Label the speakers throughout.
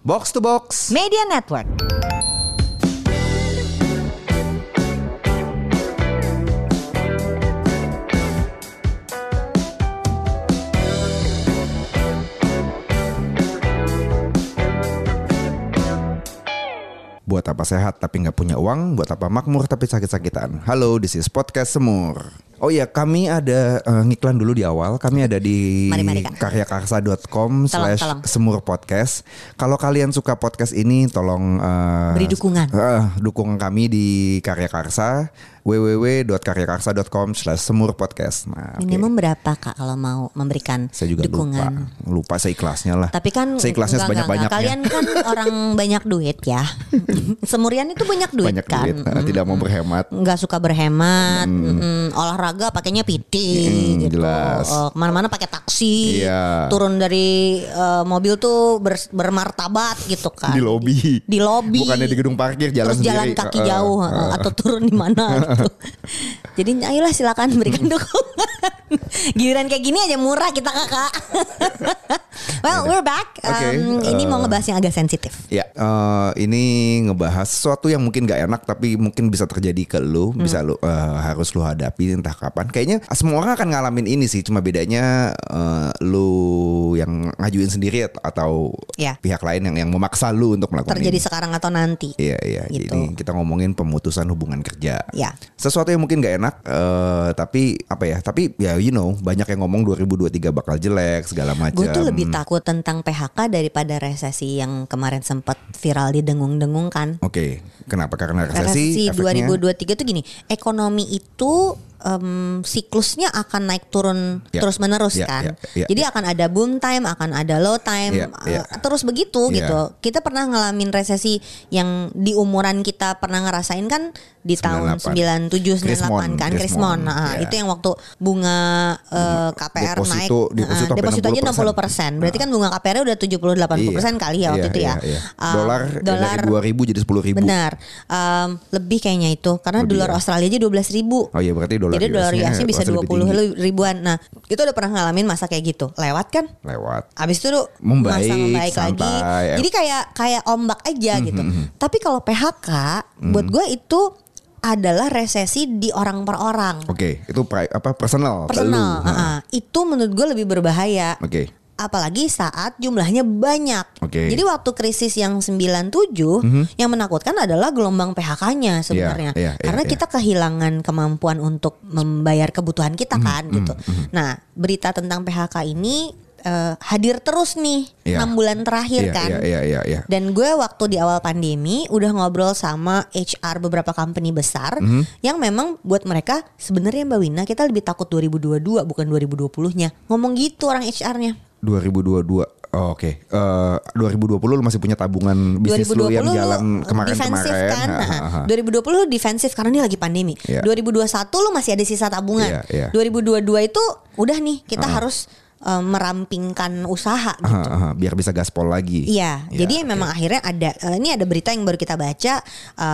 Speaker 1: Box to Box
Speaker 2: Media Network.
Speaker 1: Buat apa sehat tapi gak punya uang, buat apa makmur tapi sakit-sakitan. Halo, this is Podcast Semur. Oh iya, kami ada ngiklan dulu di awal. Kami ada di karyakarsa.com/semurpodcast. Kalau kalian suka podcast ini, tolong
Speaker 2: beri dukungan.
Speaker 1: Dukung kami di Karya Karsa, www.karyakarsa.com/semurpodcast. Nah,
Speaker 2: minimum berapa Kak kalau mau memberikan
Speaker 1: saya juga
Speaker 2: dukungan?
Speaker 1: lupa seikhlasnya lah.
Speaker 2: Tapi kan
Speaker 1: seikhlasnya sebanyak-banyaknya.
Speaker 2: Kalian kan orang banyak duit ya. Semurian itu banyak duit
Speaker 1: banyak
Speaker 2: kan.
Speaker 1: Duit, tidak mau berhemat.
Speaker 2: Nggak suka berhemat. Olahraga pakainya PT gitu.
Speaker 1: Jelas.
Speaker 2: Kemana-mana pakai taksi.
Speaker 1: Iya.
Speaker 2: Turun dari mobil tuh bermartabat gitu kan.
Speaker 1: Di lobi. Bukannya di gedung parkir, jalan
Speaker 2: terus
Speaker 1: sendiri.
Speaker 2: Jalan kaki jauh atau turun di mana gitu. Jadi ayolah silakan berikan dukungan. Giliran kayak gini aja murah kita Kakak. Well, we're back. Ini mau ngebahas yang agak sensitif.
Speaker 1: Ya, ini ngebahas sesuatu yang mungkin gak enak tapi mungkin bisa terjadi ke lu, bisa lu harus lu hadapi entah kapan. Kayaknya semua orang akan ngalamin ini sih, cuma bedanya lu yang ngajuin sendiri atau pihak lain yang memaksa lu untuk melakukan
Speaker 2: terjadi
Speaker 1: ini.
Speaker 2: Sekarang atau nanti.
Speaker 1: Iya.
Speaker 2: Gitu.
Speaker 1: Jadi kita ngomongin pemutusan hubungan kerja.
Speaker 2: Ya.
Speaker 1: Sesuatu yang mungkin gak enak, tapi apa ya? Tapi ya banyak yang ngomong 2023 bakal jelek segala macam.
Speaker 2: Gue tuh lebih takut tentang PHK daripada resesi yang kemarin sempat viral didengung-dengungkan.
Speaker 1: Oke. Kenapa? Karena resesi
Speaker 2: 2023 tuh gini, ekonomi itu siklusnya akan naik turun terus menerus kan. Jadi akan ada boom time, akan ada low time, terus begitu gitu. Kita pernah ngalamin resesi yang di umuran kita pernah ngerasain kan di 98. Tahun 97 98 kan, Krismon. Itu yang waktu bunga KPR naik. Deposito aja 60%. Berarti kan bunga KPR udah 70-80% kali ya waktu itu ya.
Speaker 1: Dolar dari 2.000 jadi 10.000.
Speaker 2: Benar. Lebih kayaknya itu karena dolar Australia aja 12.000.
Speaker 1: Oh iya, berarti
Speaker 2: jadi dolar US-nya bisa 20 ribuan. Nah, itu udah pernah ngalamin masa kayak gitu. Lewat kan?
Speaker 1: Lewat.
Speaker 2: Abis itu masa membaik lagi. Jadi kayak ombak aja gitu. Tapi kalau PHK buat gue itu adalah resesi di orang per orang.
Speaker 1: Oke, itu personal.
Speaker 2: Itu menurut gue lebih berbahaya.
Speaker 1: Oke.
Speaker 2: Apalagi saat jumlahnya banyak. Jadi waktu krisis yang 97 yang menakutkan adalah gelombang PHK-nya sebenarnya. Karena kita kehilangan kemampuan untuk membayar kebutuhan kita kan gitu. Nah, berita tentang PHK ini hadir terus nih 6 bulan terakhir kan. Dan gue waktu di awal pandemi udah ngobrol sama HR beberapa company besar yang memang buat mereka sebenarnya Mbak Wina kita lebih takut 2022 bukan 2020-nya. Ngomong gitu orang HR-nya.
Speaker 1: 2022. Oh, oke. 2020 lu masih punya tabungan bisnis lu yang jalan kemarin-kemarin.
Speaker 2: Kan? 2020 lu defensif karena ini lagi pandemi. 2021 lu masih ada sisa tabungan. 2022 itu udah nih kita harus merampingkan usaha gitu.
Speaker 1: Biar bisa gaspol lagi.
Speaker 2: Iya, jadi memang akhirnya ini ada berita yang baru kita baca,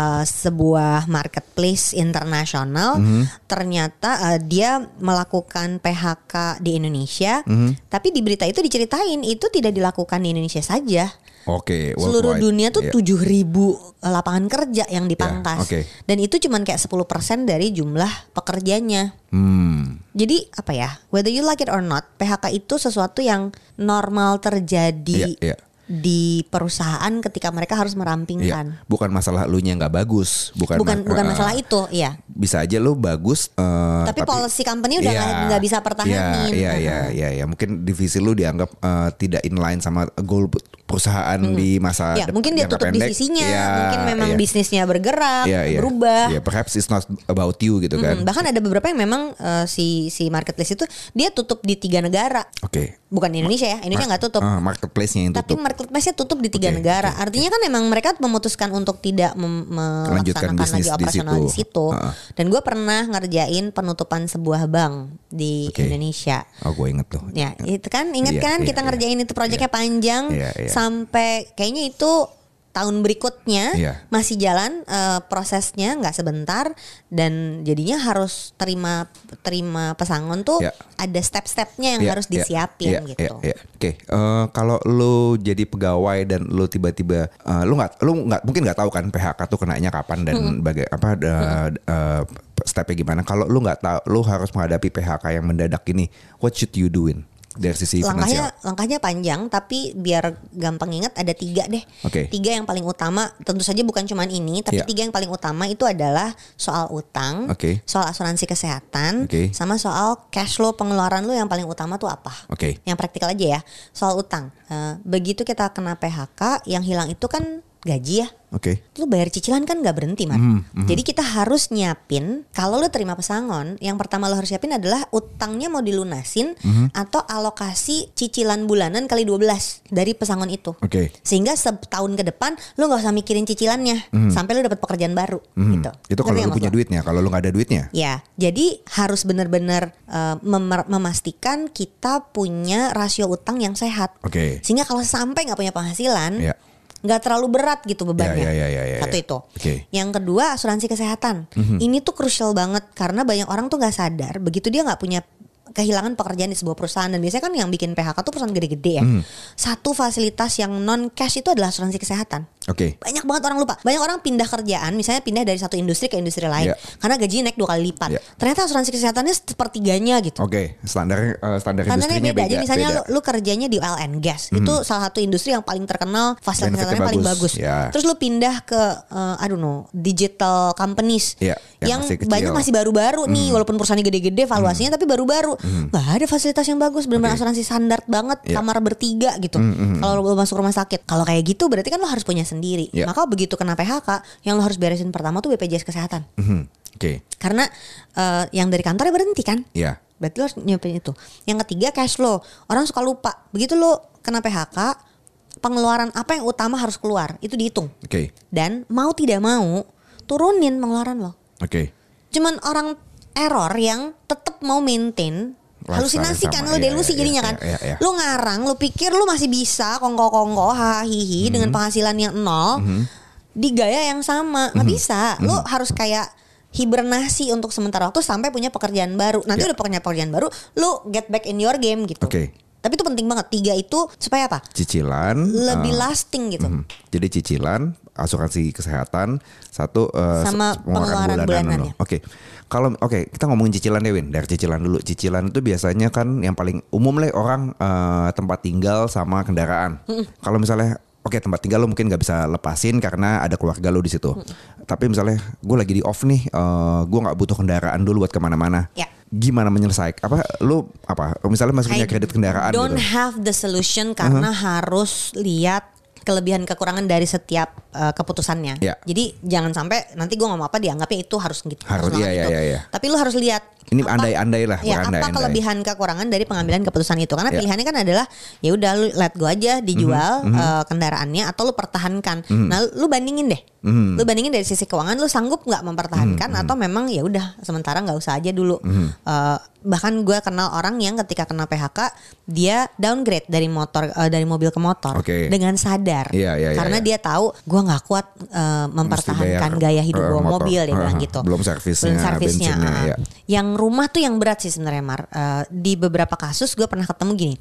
Speaker 2: sebuah marketplace internasional ternyata dia melakukan PHK di Indonesia, tapi di berita itu diceritain itu tidak dilakukan di Indonesia saja.
Speaker 1: Oke,
Speaker 2: seluruh dunia tuh 7.000 lapangan kerja yang dipangkas. Dan itu cuman kayak 10% dari jumlah pekerjanya. Jadi apa ya, whether you like it or not, PHK itu sesuatu yang normal terjadi di perusahaan ketika mereka harus merampingkan.
Speaker 1: Bukan masalah lu nya nggak bagus, bukan
Speaker 2: masalah itu,
Speaker 1: bisa aja lu bagus,
Speaker 2: tapi policy company udah nggak bisa pertahanin.
Speaker 1: Iya, mungkin divisi lu dianggap tidak inline sama goal perusahaan di masa
Speaker 2: mungkin dia tutup
Speaker 1: pendek.
Speaker 2: Divisinya, mungkin memang bisnisnya bergerak, berubah.
Speaker 1: Perhaps it's not about you gitu kan.
Speaker 2: Bahkan ada beberapa yang memang si marketplace itu dia tutup di 3 negara. Bukan di Indonesia ya, Indonesia nggak tutup.
Speaker 1: Marketplace-nya yang tutup.
Speaker 2: Tapi marketplace-nya tutup di 3 negara. Artinya kan memang mereka memutuskan untuk tidak melaksanakan lagi operasional di situ. Dan gue pernah ngerjain penutupan sebuah bank di Indonesia.
Speaker 1: Oh, gue inget tuh.
Speaker 2: Ya, itu kan inget kan kita ngerjain itu proyeknya panjang sampai kayaknya itu tahun berikutnya masih jalan prosesnya, nggak sebentar, dan jadinya harus terima pesangon tuh ada step-stepnya yang harus disiapin gitu.
Speaker 1: Oke, kalau lu jadi pegawai dan lu tiba-tiba lu mungkin nggak tahu kan PHK tuh kenanya kapan dan stepnya gimana. Kalau lu nggak tahu, lu harus menghadapi PHK yang mendadak ini, what should you doin? Dari sisi
Speaker 2: langkahnya panjang, tapi biar gampang ingat ada 3 deh. 3 yang paling utama, tentu saja bukan cuma ini, tapi 3 yang paling utama itu adalah soal utang, soal asuransi kesehatan, sama soal cash flow pengeluaran lu yang paling utama tuh apa. Yang praktikal aja ya, soal utang. Begitu kita kena PHK, yang hilang itu kan gaji ya. Lu bayar cicilan kan gak berhenti, Mar. Jadi kita harus nyiapin, kalau lu terima pesangon, yang pertama lu harus siapin adalah utangnya mau dilunasin atau alokasi cicilan bulanan kali 12 dari pesangon itu. Sehingga setahun ke depan lu gak usah mikirin cicilannya sampai lu dapat pekerjaan baru gitu.
Speaker 1: Itu kalau lu punya duitnya, kalau lu gak ada duitnya.
Speaker 2: Ya, jadi harus benar-benar memastikan kita punya rasio utang yang sehat. Sehingga kalau sampai gak punya penghasilan, nggak terlalu berat gitu bebannya. Satu itu. Yang kedua, asuransi kesehatan. Ini tuh krusial banget karena banyak orang tuh nggak sadar begitu dia nggak punya kehilangan pekerjaan di sebuah perusahaan, dan biasanya kan yang bikin PHK tuh perusahaan gede-gede ya. Satu fasilitas yang non cash itu adalah asuransi kesehatan. Banyak banget orang lupa. Banyak orang pindah kerjaan, misalnya pindah dari satu industri ke industri lain karena gajinya naik 2 kali lipat. Ternyata asuransi kesehatannya sepertiganya gitu.
Speaker 1: Standar
Speaker 2: industrinya beda. Jadi misalnya lu kerjanya di oil and gas, itu salah satu industri yang paling terkenal, fasilitas kesehatannya paling bagus. Terus lu pindah ke digital companies yang banyak masih baru-baru nih, walaupun perusahaannya gede-gede valuasinya tapi baru-baru. Nggak ada fasilitas yang bagus, benar-benar asuransi standar banget, kamar bertiga gitu. Kalau lo masuk rumah sakit, kalau kayak gitu berarti kan lo harus punya sendiri. Maka begitu kena PHK, yang lo harus beresin pertama tuh BPJS kesehatan. Karena yang dari kantornya berhenti kan. Berarti lo harus nyiapin itu. Yang ketiga, cash flow. Orang suka lupa. Begitu lo kena PHK, pengeluaran apa yang utama harus keluar, itu dihitung. Dan mau tidak mau turunin pengeluaran lo. Cuman orang error yang tetap mau maintain, halusinasi kan, lo delusi jadinya kan. Lo ngarang, lo pikir lo masih bisa kongko-kongko hahihi dengan penghasilan yang 0 di gaya yang sama. Nggak bisa. Lo harus kayak hibernasi untuk sementara waktu sampai punya pekerjaan baru. Nanti udah punya pekerjaan baru, lo get back in your game gitu. Tapi itu penting banget. 3 itu supaya apa?
Speaker 1: Cicilan
Speaker 2: lebih lasting gitu.
Speaker 1: Jadi cicilan, asuransi kesehatan, satu
Speaker 2: sama pengeluaran bulanannya.
Speaker 1: Kalau kita ngomongin cicilan deh, Win. Dari cicilan dulu. Cicilan itu biasanya kan yang paling umum lah orang tempat tinggal sama kendaraan. Kalau misalnya tempat tinggal lo mungkin nggak bisa lepasin karena ada keluarga lo di situ. Tapi misalnya gue lagi di off nih, gue nggak butuh kendaraan dulu buat kemana-mana. Gimana menyelesaikan? Misalnya masih punya kredit kendaraan?
Speaker 2: Don't have the solution karena harus lihat kelebihan kekurangan dari setiap keputusannya. Jadi jangan sampai nanti gue ngomong apa dianggapnya itu harus gitu. Tapi lu harus lihat
Speaker 1: ini andai-andai lah.
Speaker 2: Apa kelebihan kekurangan dari pengambilan keputusan itu? Karena pilihannya kan adalah ya udah lu let go aja, dijual kendaraannya, atau lu pertahankan. Nah, lu bandingin deh. Lu bandingin dari sisi keuangan, lu sanggup nggak mempertahankan atau memang ya udah sementara nggak usah aja dulu. Bahkan gue kenal orang yang ketika kena PHK dia downgrade dari mobil ke motor dengan sadar. Karena dia tahu gue nggak kuat mempertahankan gaya hidup gue mobil, dia bilang gitu.
Speaker 1: Belum servisnya.
Speaker 2: Yang rumah tuh yang berat sih sebenarnya, Mar. Di beberapa kasus gue pernah ketemu gini,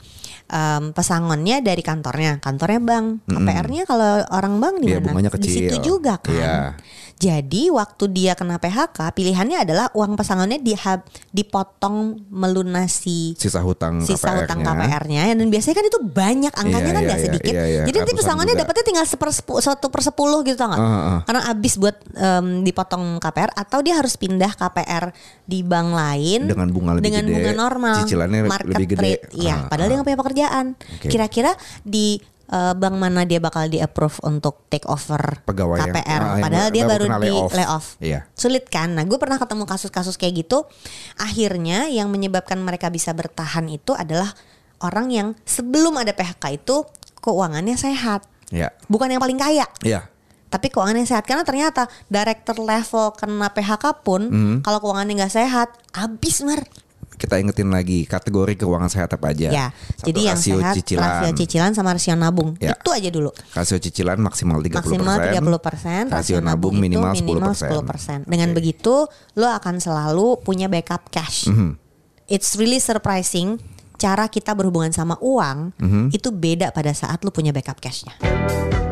Speaker 2: pesangonnya dari kantornya bank, KPR-nya kalau orang bank di mana? Di situ juga kan. Jadi waktu dia kena PHK, pilihannya adalah uang pesangonnya dipotong melunasi
Speaker 1: sisa hutang
Speaker 2: KPR-nya. Dan biasanya kan itu banyak angkanya kan gak sedikit. Jadi nanti pesangonnya dapatnya tinggal 1/10 gitu, tau gak? Karena habis buat dipotong KPR, atau dia harus pindah KPR di bank lain
Speaker 1: dengan bunga
Speaker 2: normal,
Speaker 1: cicilannya
Speaker 2: market
Speaker 1: lebih gede.
Speaker 2: Iya, padahal dia gak punya pekerjaan. Kira-kira di bank mana dia bakal di-approve untuk take over
Speaker 1: pegawai
Speaker 2: KPR padahal dia baru di layoff. Sulit kan? Nah, gue pernah ketemu kasus-kasus kayak gitu. Akhirnya yang menyebabkan mereka bisa bertahan itu adalah orang yang sebelum ada PHK itu keuangannya sehat. Bukan yang paling kaya. Tapi keuangannya sehat, karena ternyata director level kena PHK pun kalau keuangannya nggak sehat, habis, Mar.
Speaker 1: kita ingetin lagi kategori keuangan sehat apa aja.
Speaker 2: Ya. Jadi yang sehat rasio cicilan sama rasio nabung. Ya. Itu aja dulu.
Speaker 1: Rasio cicilan maksimal 30%.
Speaker 2: Maksimal 30%, rasio nabung minimal 10%. Dengan begitu lo akan selalu punya backup cash. It's really surprising cara kita berhubungan sama uang itu beda pada saat lo punya backup cashnya.